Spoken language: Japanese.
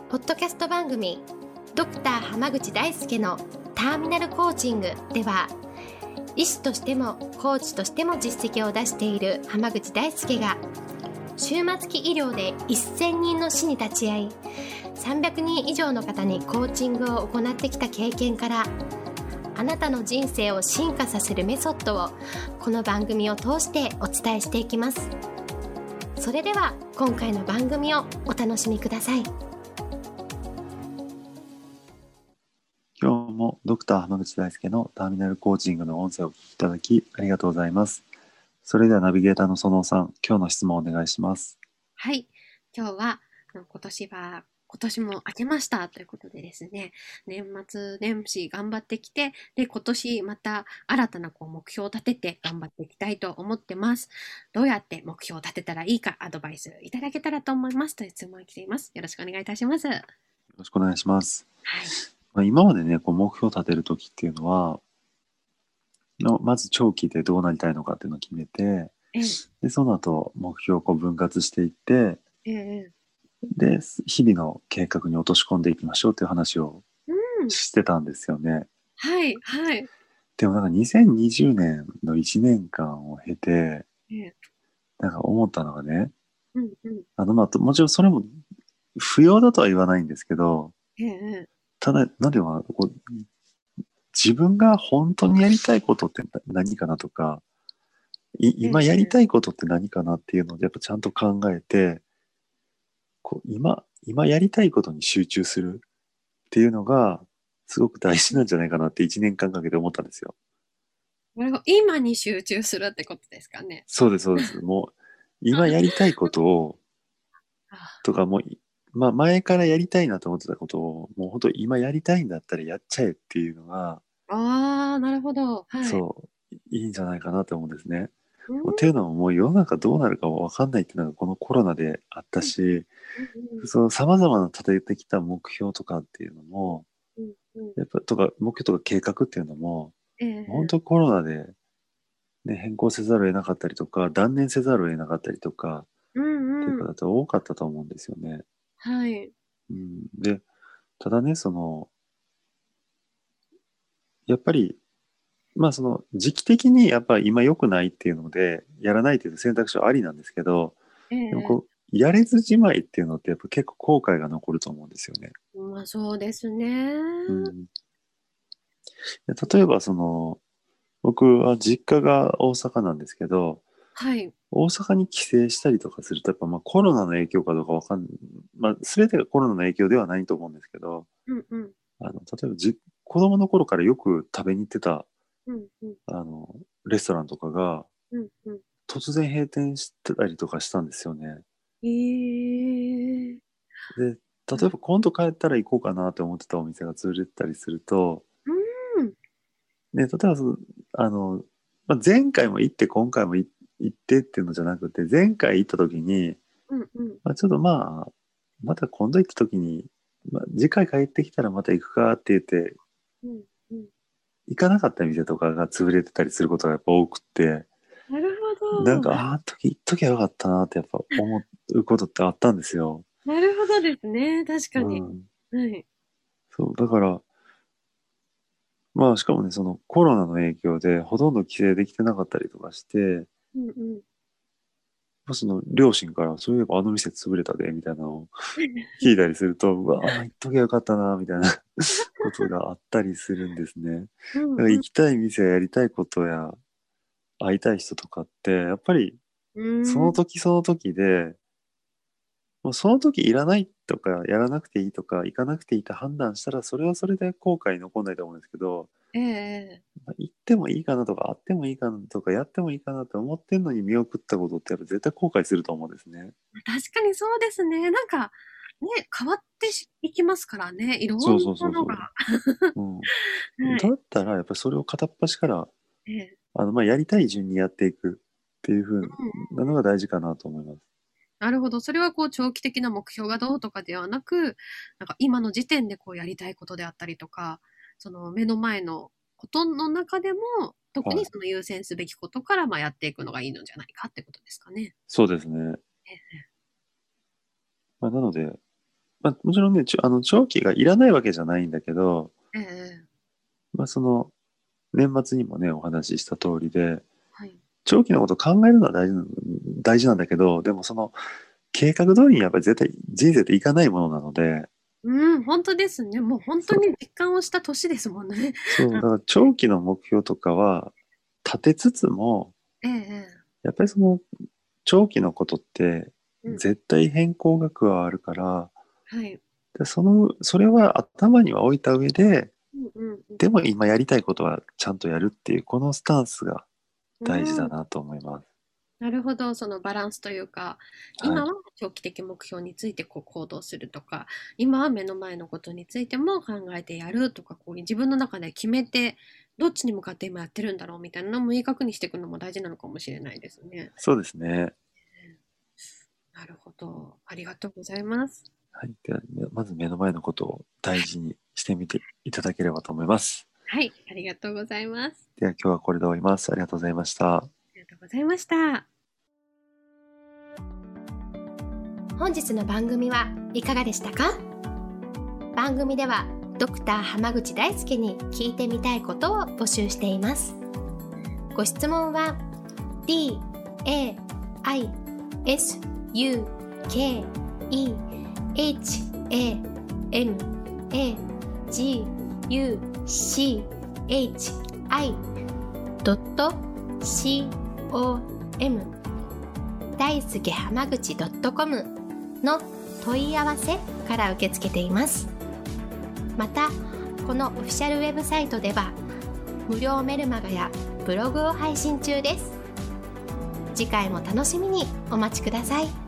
ポッドキャスト番組ドクター濱口大輔のターミナルコーチングでは、医師としてもコーチとしても実績を出している濱口大輔が終末期医療で1000人の死に立ち会い、300人以上の方にコーチングを行ってきた経験から、あなたの人生を進化させるメソッドをこの番組を通してお伝えしていきます。それでは今回の番組をお楽しみください。 今日もドクター濱口大輔のターミナルコーチングの音声をお聞きいただきありがとうございます。それではナビゲーターの園尾さん、今日の質問をお願いします。 はい、今日は今年も明けましたということでですね、年末年始頑張ってきて、で今年また新たな目標を立てて頑張っていきたいと思ってます。どうやって目標を立てたらいいかアドバイスいただけたらと思いますという質問が来ています。よろしくお願いいたします。はい。 よろしくお願いします。今までね、目標を立てるときっていうのは、まず長期でどうなりたいのかっていうのを決めて、でその後目標を分割していって、で日々の計画に落とし込んでいきましょうという話をしてたんですよね。 はいはい。 でも2020年の1年間を経て、思ったのがね、もちろんそれも不要だとは言わないんですけど、ただ自分が本当にやりたいことって何かなとか、今やりたいことって何かなっていうのでやっぱちゃんと考えて、今やりたいことに集中するっていうのがすごく大事なんじゃないかなって1年間かけて思ったんですよ。 今に集中するってことですかね。 そうですそうです。もう今やりたいことをとか前からやりたいなと思ってたことをもう本当今やりたいんだったらやっちゃえっていうのが、 なるほど。はい。 そういいんじゃないかなと思うんですね。っていうのももう世の中どうなるか分かんないっていうのがこのコロナであったし、その様々な立ててきた目標とかっていうのも、やっぱ目標とか計画っていうのも、本当コロナで、ね、変更せざるを得なかったりとか断念せざるを得なかったりとか、っていう方って多かったと思うんですよね。 はい。 で、ただね、やっぱりその時期的にやっぱり今良くないっていうのでやらないという選択肢はありなんですけど、でもやれずじまいっていうのってやっぱ結構後悔が残ると思うんですよね。 そうですね。 例えば僕は実家が大阪なんですけど、 はい。 大阪に帰省したりとかするとやっぱコロナの影響かどうかわかんない、全てがコロナの影響ではないと思うんですけど、例えば子供の頃からよく食べに行ってたレストランとかが突然閉店してたりとかしたんですよね。で、例えば今度帰ったら行こうかなって思ってたお店が潰れてたりすると、例えば前回も行って今回も行ってっていうのじゃなくて、前回行った時に、ちょっとまた今度行った時に、次回帰ってきたらまた行くかって言って、行かなかった店とかが潰れてたりすることがやっぱ多くて、 なるほど。 行っときゃよかったなってやっぱ思うことってあったんですよ。 なるほどですね。確かに。はい。 そう、だから、しかもね、そのコロナの影響でほとんど帰省できてなかったりとかして、その両親からそういえばあの店潰れたでみたいなのを聞いたりすると、うわ行っときゃよかったなみたいなことがあったりするんですね。だから行きたい店ややりたいことや会いたい人とかってやっぱりその時その時で、もうその時いらないとかやらなくていいとか行かなくていいって判断したらそれはそれで後悔残んないと思うんですけど、行ってもいいかなとか会ってもいいかなとかやってもいいかなと思ってんのに見送ったことってやっぱ絶対後悔すると思うんですね。 確かにそうですね。変わっていきますからね。いろんなそうそうそうそものが。 う。だったらやっぱりそれを片っ端からやりたい順にやっていくっていう風なのが大事かなと思います。 なるほど。それは長期的な目標がどうとかではなく、今の時点でやりたいことであったりとか、その目の前のことの中でも、特にその優先すべきことからやっていくのがいいのじゃないかってことですかね。 そうですね。なので、 もちろんね、長期がいらないわけじゃないんだけど、 ええ、 その年末にもね、お話しした通りで、 はい。 長期のことを考えるのは大事なんだけど、でもその計画通りにやっぱり絶対人生っていかないものなので、 うん、本当ですね。もう本当そう、 に実感をした年ですもんね。 だから長期の目標とかは立てつつも、 ええ、 やっぱりその長期のことってうん、 絶対変更が加わるから、 はい。 でそれは頭には置いた上で、 うんうんうん。 でも今やりたいことはちゃんとやるっていう、このスタンスが大事うん、 だなと思います。 なるほど、そのバランスというか、 はい。 今は長期的目標について行動するとか、今は目の前のことについても考えてやるとか、自分の中で決めて、どっちに向かって今やってるんだろうみたいなのも明確にしていくのも大事なのかもしれないですね。 そうですね。 なるほど。ありがとうございます。 はい。では、まず目の前のことを大事にしてみていただければと思います。 はい、ありがとうございます。 では今日はこれで終わります。ありがとうございました。 ありがとうございました。 本日の番組はいかがでしたか？番組ではドクター濱口大輔に聞いてみたいことを募集しています。ご質問は daisukeehamaguchi.com 大輔濱口 .com の問い合わせから受け付けています。また、このオフィシャルウェブサイトでは無料メルマガやブログを配信中です。次回も楽しみにお待ちください。